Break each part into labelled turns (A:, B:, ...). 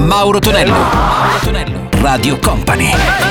A: Mauro Tonello. Mauro Tonello. Radio Company.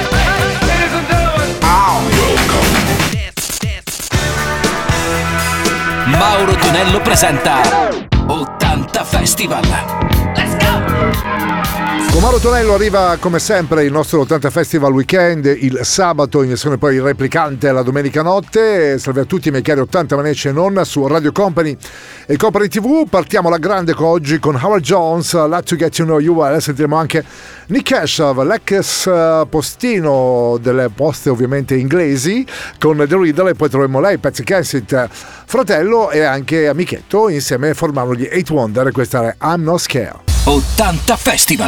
A: Mauro Tonello presenta 80 Festival. Let's go!
B: Con Mauro Tonello arriva come sempre il nostro 80 Festival Weekend il sabato, in versione poi replicante la domenica notte. Salve a tutti i miei cari 80 manecce e non su Radio Company e Company TV. Partiamo alla grande oggi con Howard Jones, Like to Get to Know You Well. Sentiremo anche Nick Kershaw, l'ex postino delle poste ovviamente inglesi, con The Riddle, e poi troveremo lei, Patsy Kensit, fratello e anche amichetto, insieme formavano gli Eight Wonder, e questa è I'm Not Scared.
A: 80 Festival.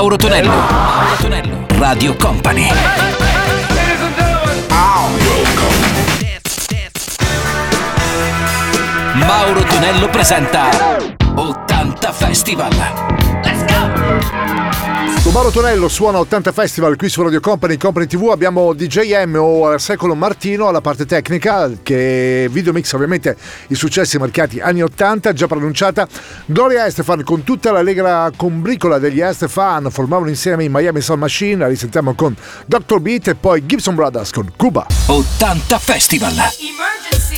A: Mauro Tonello. Mauro Tonello. Radio Company. Mauro Tonello presenta 80 Festival. Let's go!
B: Con Mauro Tonello suona 80 Festival qui su Radio Company, Company TV. Abbiamo DJM o al secolo Martino alla parte tecnica, che videomix ovviamente i successi marcati anni 80, già pronunciata. Gloria Estefan con tutta la lega combricola degli Estefan formavano insieme i Miami Sound Machine. La risentiamo con Dr. Beat e poi Gibson Brothers con Cuba.
A: 80 Festival.
C: Emergency.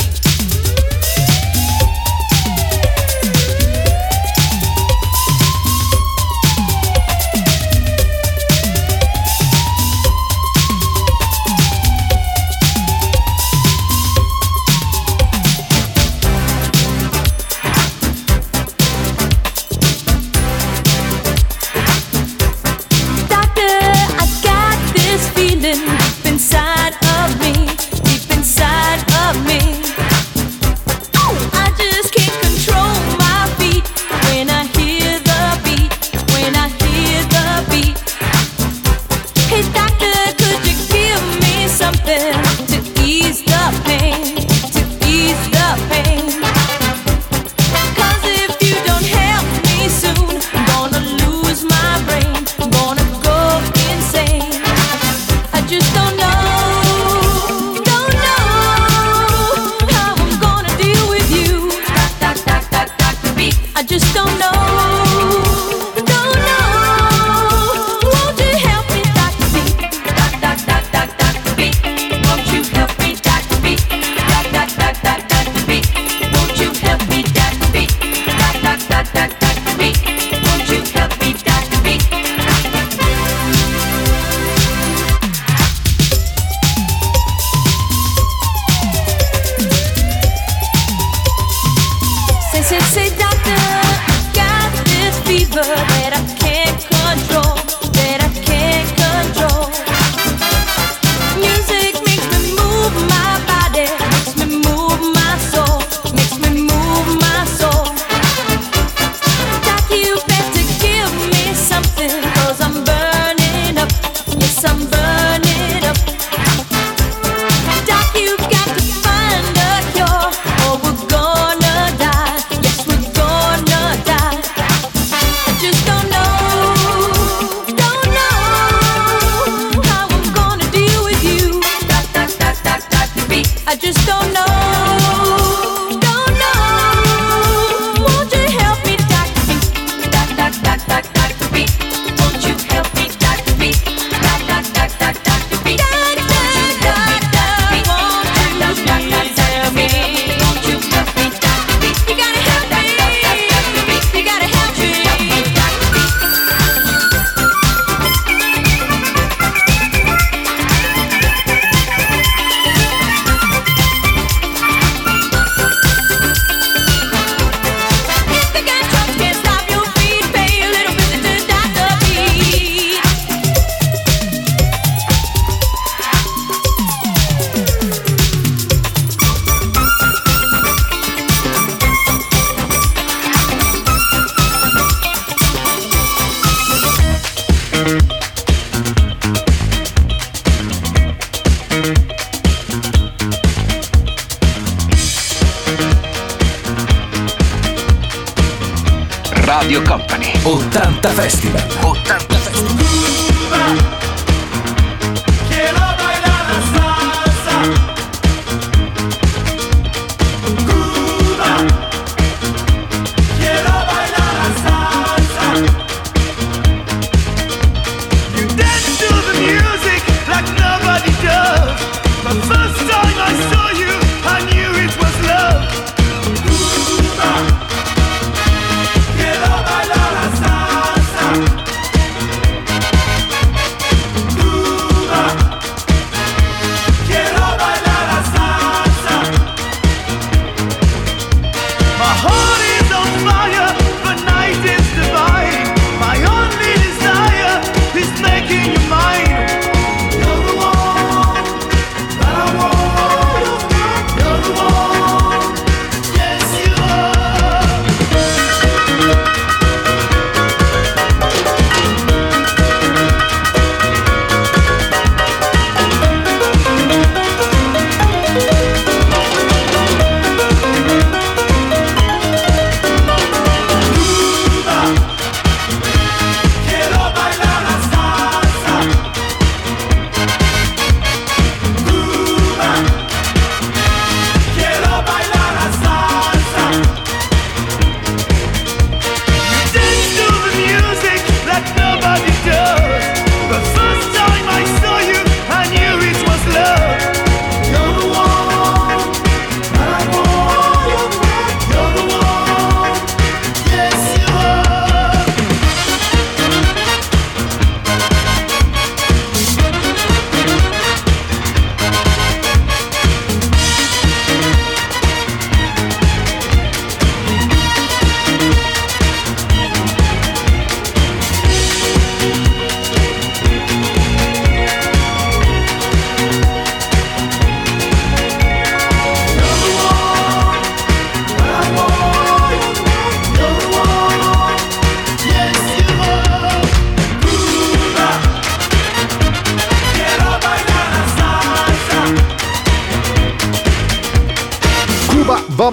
A: Radio Company. 80 Festival. 80 Festival.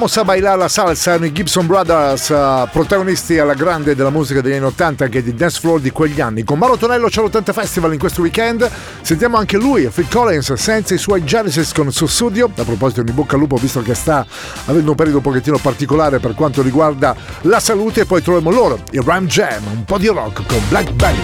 B: Vamos a bailar la salsa, i Gibson Brothers, protagonisti alla grande della musica degli anni 80 che di dance floor di quegli anni. Con Mauro Tonello c'è l'80 Festival in questo weekend. Sentiamo anche lui, Phil Collins, senza i suoi Genesis con il suo studio. A proposito, in bocca al lupo, visto che sta avendo un periodo un pochettino particolare per quanto riguarda la salute. E poi troviamo loro, il Ram Jam, un po' di rock con Black Belly.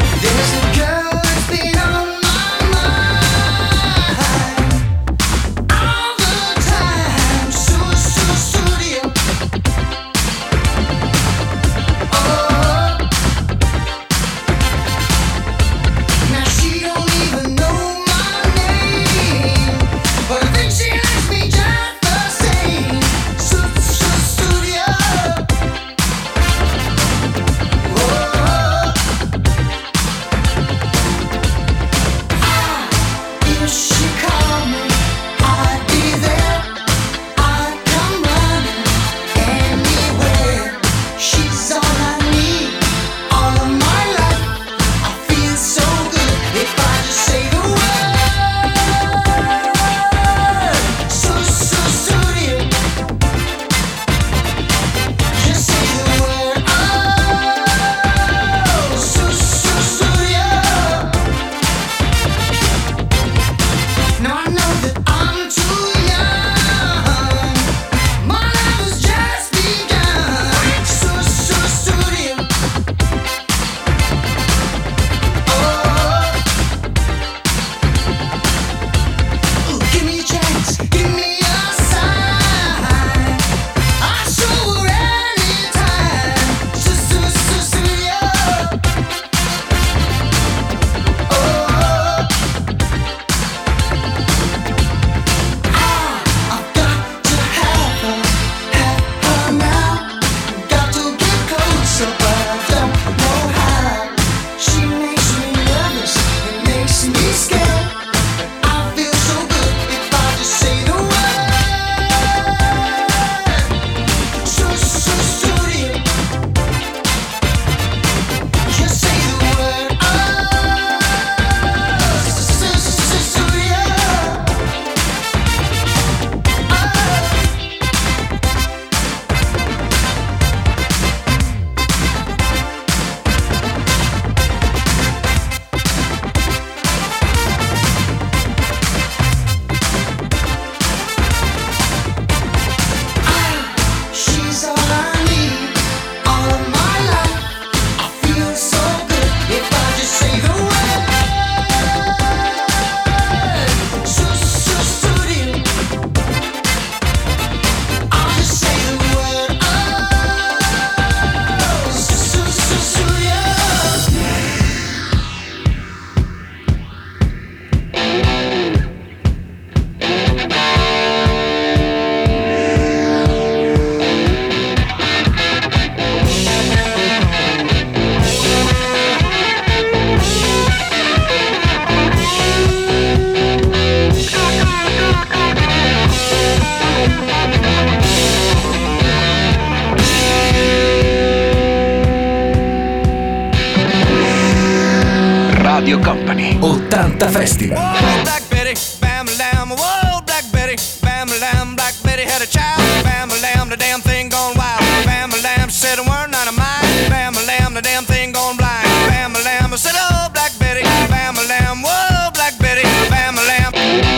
A: Radio Company 80 Festival.
C: Whoa, Black Betty, bam lamb. Whoa, Black Betty, bam lamb. Black Betty had a child. Bam lamb, the damn thing gone wild. Bam lamb, she said a word not of mine. Bam lamb, the damn thing gone blind. Bam lamb, I said, oh, Black Betty, bam lamb. Whoa, Black Betty, bam lamb.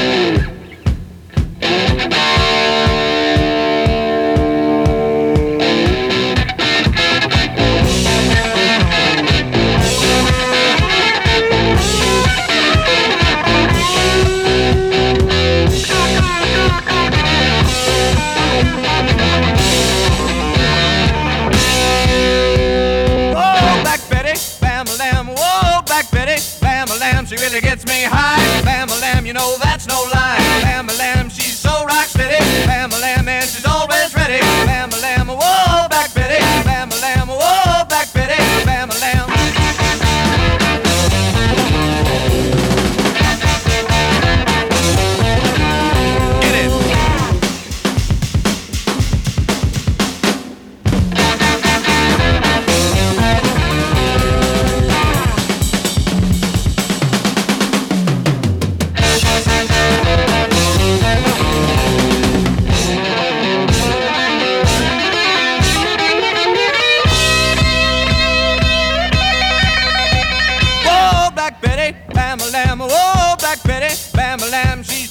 C: She really gets me high. Bam-a-lam, you know that's no lie. Bam-a-lam, she's so rock steady. Bam-a-lam, and she's always ready. Bam-a-lam, whoa, Black Betty. Bam-a-lam, whoa, Black Betty. Bam-a-lam. Get it.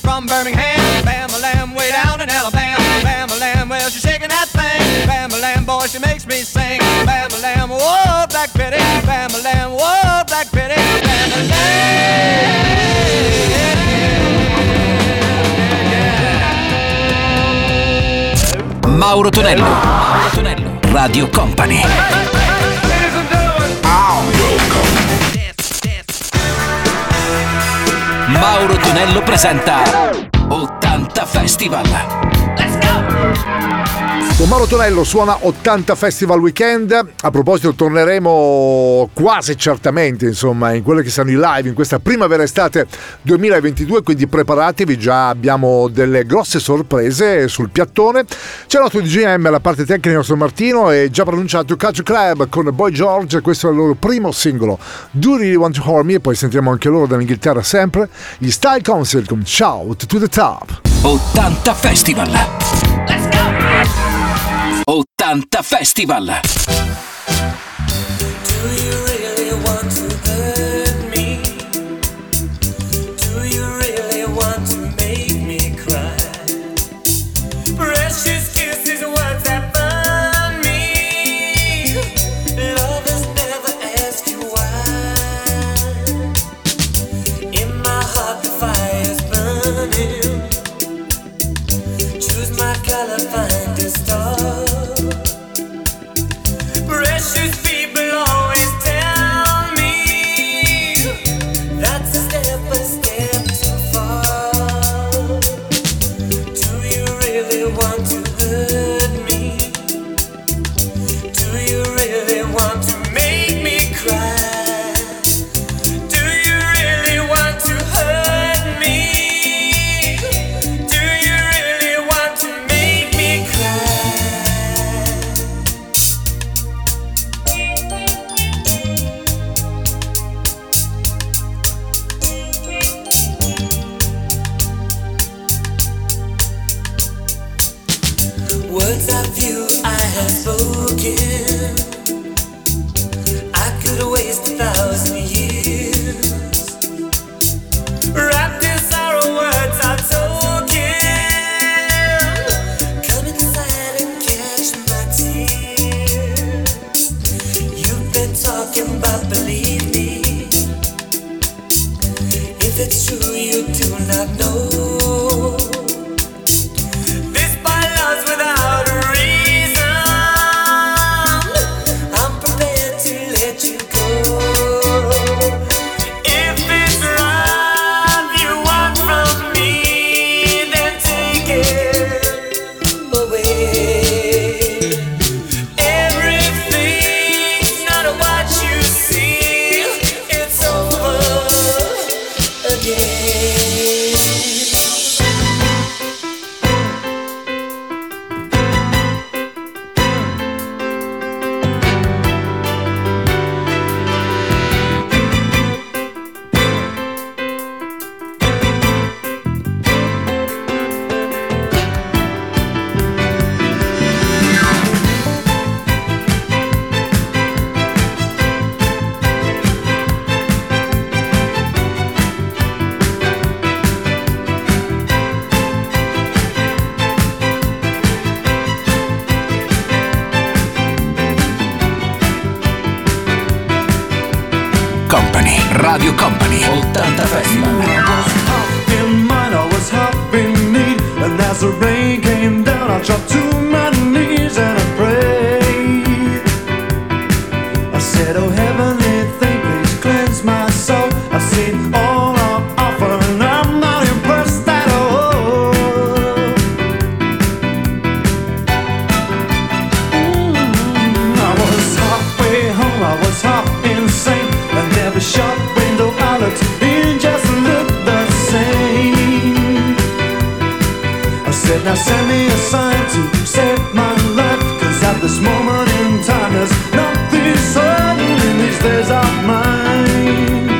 C: from Birmingham. Bam-a-lam way down in Alabama. Bam-a-lam, well, she's shaking that thing. Bam-a-lam, boy, she makes me sing. Bam-a-lam, whoa, Black Betty. Bam-a-lam, whoa, Black Betty. Bam-a-lam.
A: Mauro Tonello, Mauro Tonello, Radio Company. Mauro Tonello presenta 80 Festival. Let's go!
B: Con Mauro Tonello suona 80 Festival Weekend. A proposito, torneremo quasi certamente, insomma, in quelle che saranno i live in questa primavera-estate 2022, quindi preparatevi, già abbiamo delle grosse sorprese sul piattone. C'è il nostro DJM, la parte tecnica, il nostro Martino, e già pronunciato Culture Club con Boy George. Questo è il loro primo singolo, Do You Really Want to Hold Me, e poi sentiremo anche loro dall'Inghilterra sempre, gli Style Council con Shout to the Top.
A: 80 Festival. Let's go! 80 Festival.
D: Do you really want to hurt me? Do you really want to make me cry? Precious kisses, words that burn me. Lovers never ask you why. In my heart the fire's burning. Choose my color, find a star. Precious people always tell me that's a step too far. Do you really want to hurt me? Do you really want to make me cry? Do you really want to hurt me? Do you really want to make me cry? Words of you I have spoken, I could waste 1,000 years. Wrapped in sorrow, words are token. Come inside and catch my tears. You've been talking about, believe me. If it's true, you do not know. This by love's without a reason. I'm prepared to let you go. If it's love you want from me, then take it away. Everything's not what you see. It's over again.
A: Company, Radio Company, 80 Festival.
E: Half in mine, I was half in need. And as the rain came down, I dropped to my knees and I prayed. I said, oh heavenly thing, please cleanse my soul. I've seen all on offer and I'm not impressed at all. I was halfway home, I was half insane. And every shop window I looked in just looked the same. I said, now send me a sign to save my life. Cause at this moment in time there's nothing certain in these days of mine.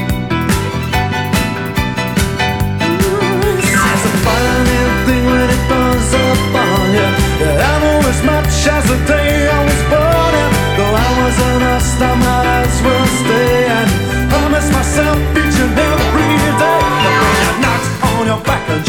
E: It's a funny thing when it burns up on you. I know as much as the day I was born in. Though I wasn't a star, my eyes will stay. And promise myself each and every day that when you knocked on your back and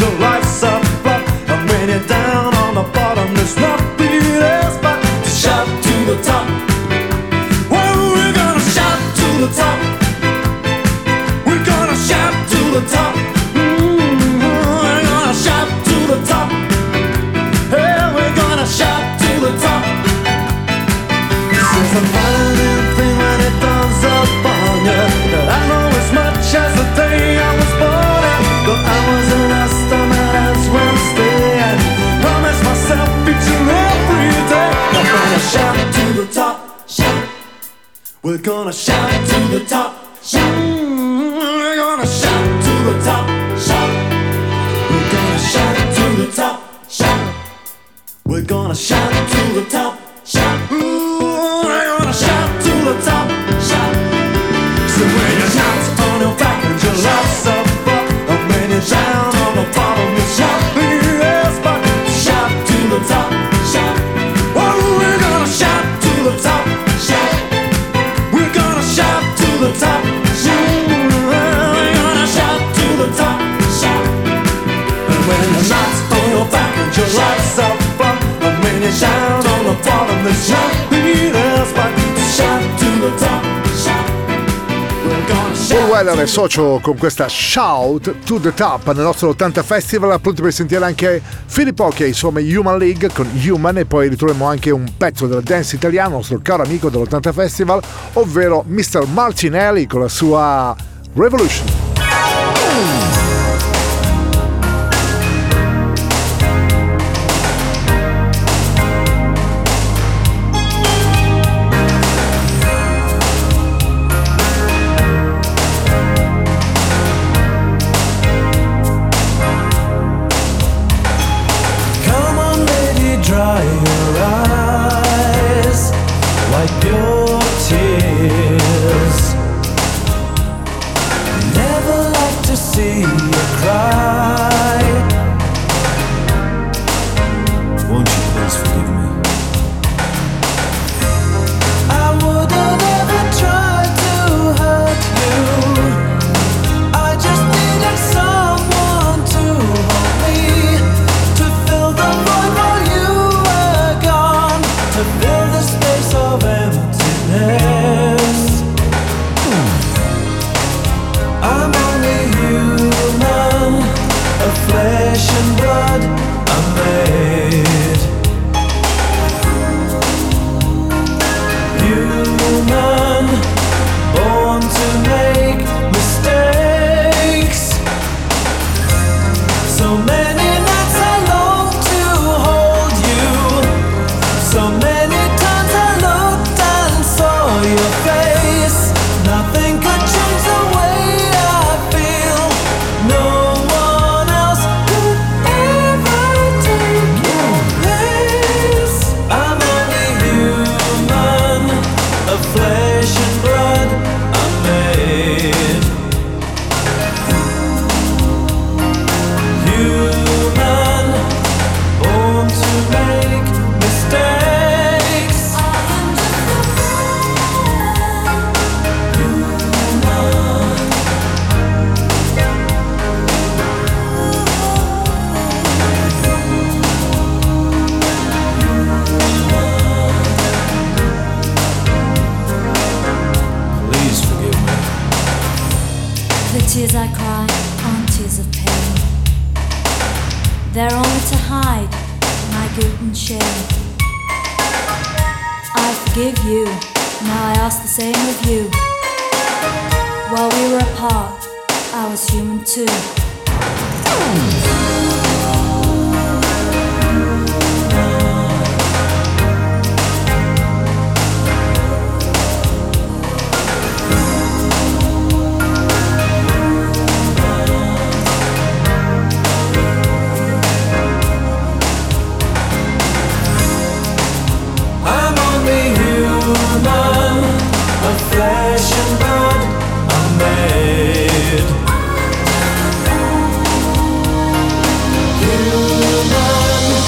E: the top, shout. We're gonna shout to the top, shout. We're gonna shout to the top, shout. We're gonna shout to the top, shout. We're gonna shout to the top, shout. We're gonna shout to the top, shout. So when you're not on your back and your life's up, and when you're down on the bottom, you shout. Yes, but shout to the top, shout. Oh, we're gonna shout to the top, shout. We're gonna shout to the top, shout. We're gonna shout to the top, shout. And when you're not on your back and your life's up, and when you're down on the bottom, the shout. Yes, but shout to the top, shout.
B: Paul Weller è socio con questa Shout to the Top nel nostro 80 Festival, pronti per sentire anche Filippo che insomma Human League con Human, e poi ritroviamo anche un pezzo della dance italiano, il nostro caro amico dell'80 Festival, ovvero Mr. Martinelli con la sua Revolution.
E: Dry your eyes, wipe your tears. Never like to see you cry. Won't you please forgive me? I wouldn't ever try to hurt you. I just needed someone to hold me, to fill the void while you were gone, to fill the space of emptiness. I'm only human, of flesh and blood I'm made. Human, born to make mistakes. So many nights I long to hold you. So many times I looked and saw your face. Nothing could change the way I feel. No one else could ever take your place. I'm only human, of flesh and blood I'm made. Human, born to make mistakes. Please forgive me.
F: The tears I cry aren't tears of pain. They're only to hide my guilt and shame. I forgive you, now I ask the same of you. While we were apart, I was human too.
E: I'm only human, of flesh and blood I'm made. Human.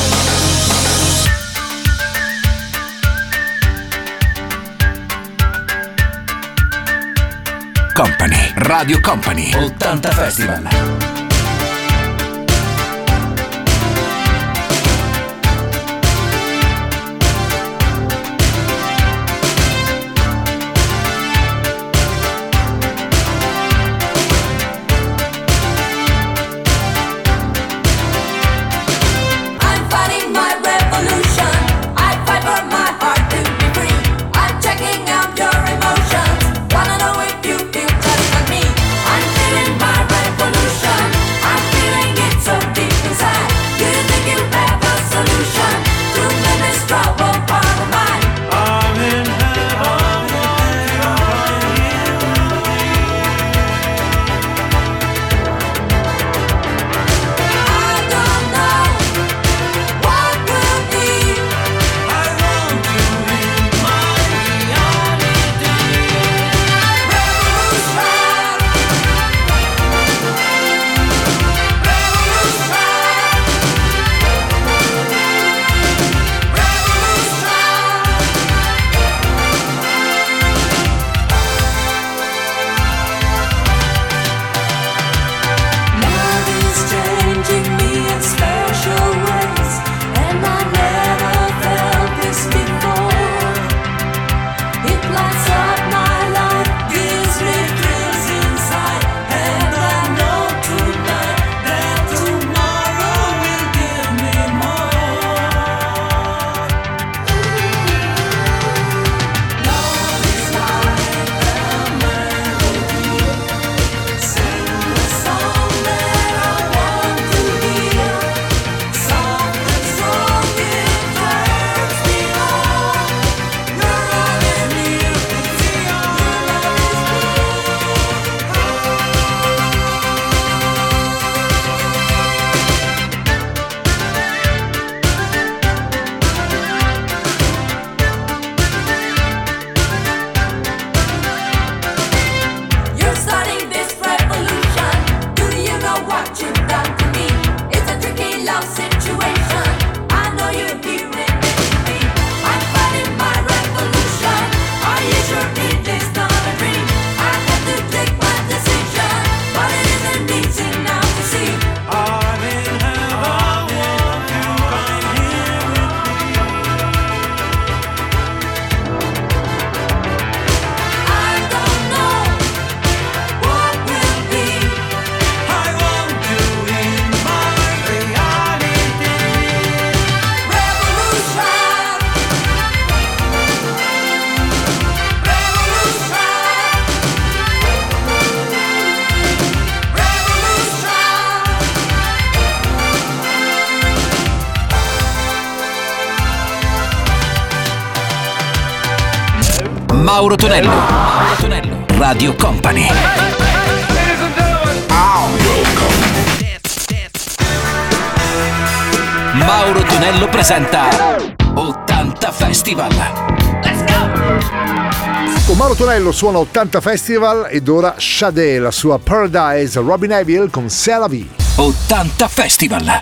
A: Company, Radio Company, 80 Festival.
G: I'm fighting my revolution. I fight for my heart to be free. I'm checking out your emotions. Wanna know if you feel just like me. I'm feeling my revolution.
A: Mauro Tonello. Mauro Tonello, Radio Company. Mauro Tonello presenta 80 Festival.
B: Con Mauro Tonello suona 80 Festival ed ora Sade, la sua Paradise, Robin Neville con C'est la vie.
A: 80 Festival.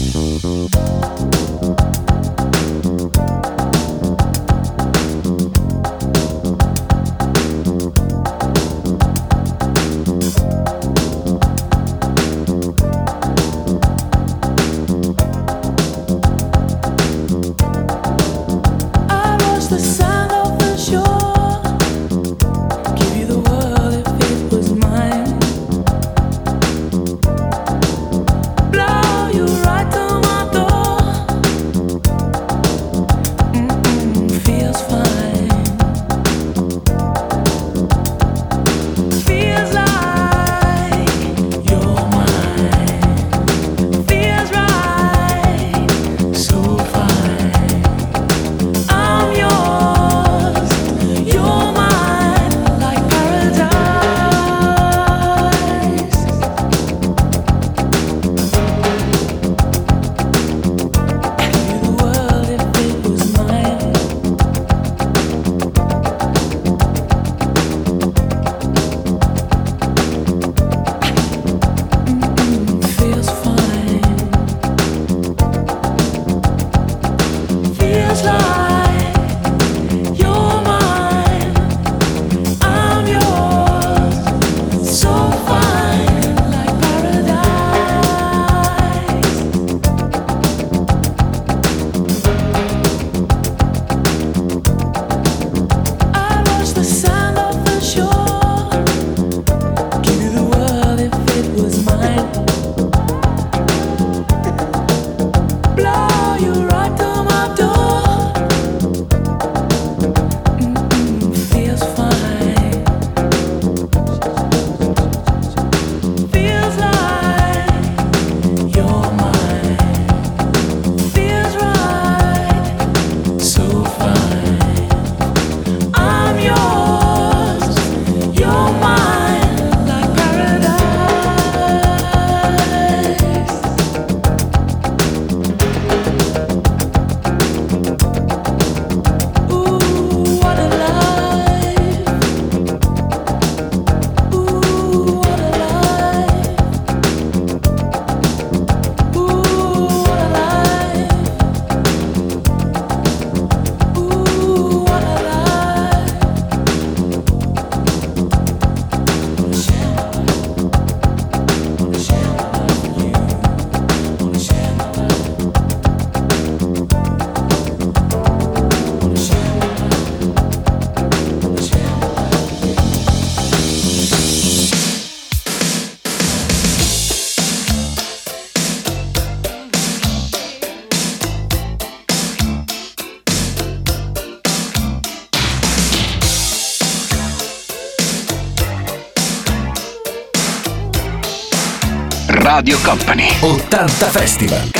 A: Radio Company 80 Festival.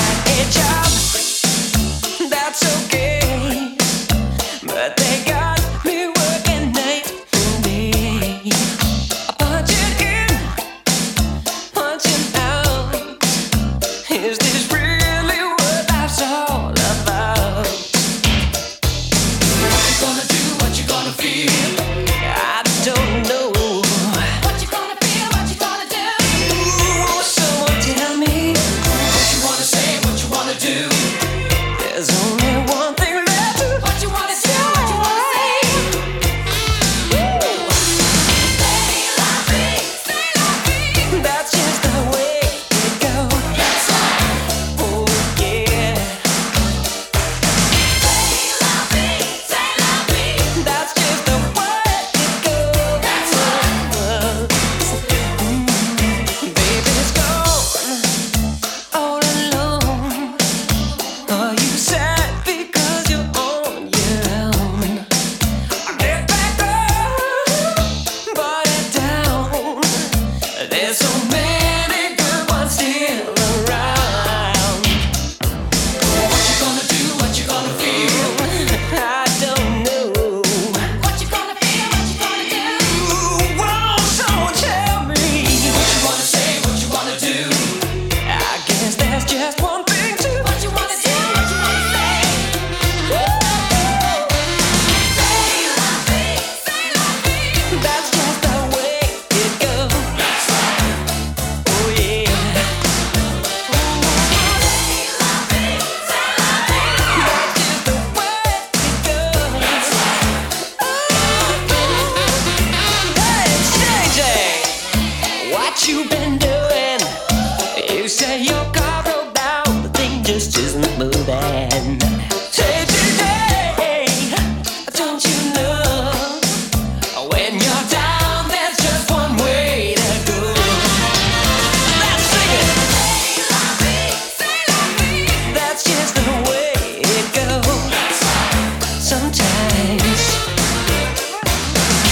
G: There's only one thing left. What you wanna say? What you wanna say?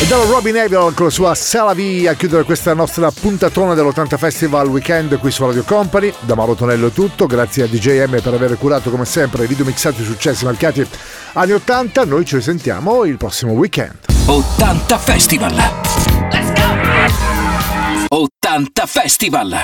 B: dalla Robin Neville con la sua C'est la vie a chiudere questa nostra puntatona dell'80 Festival Weekend qui su Radio Company. Da Mauro Tonello è tutto, grazie a DJM per aver curato come sempre i video mixati successi marcati anni 80. Noi ci risentiamo il prossimo weekend.
A: 80 Festival. Let's go! 80 Festival.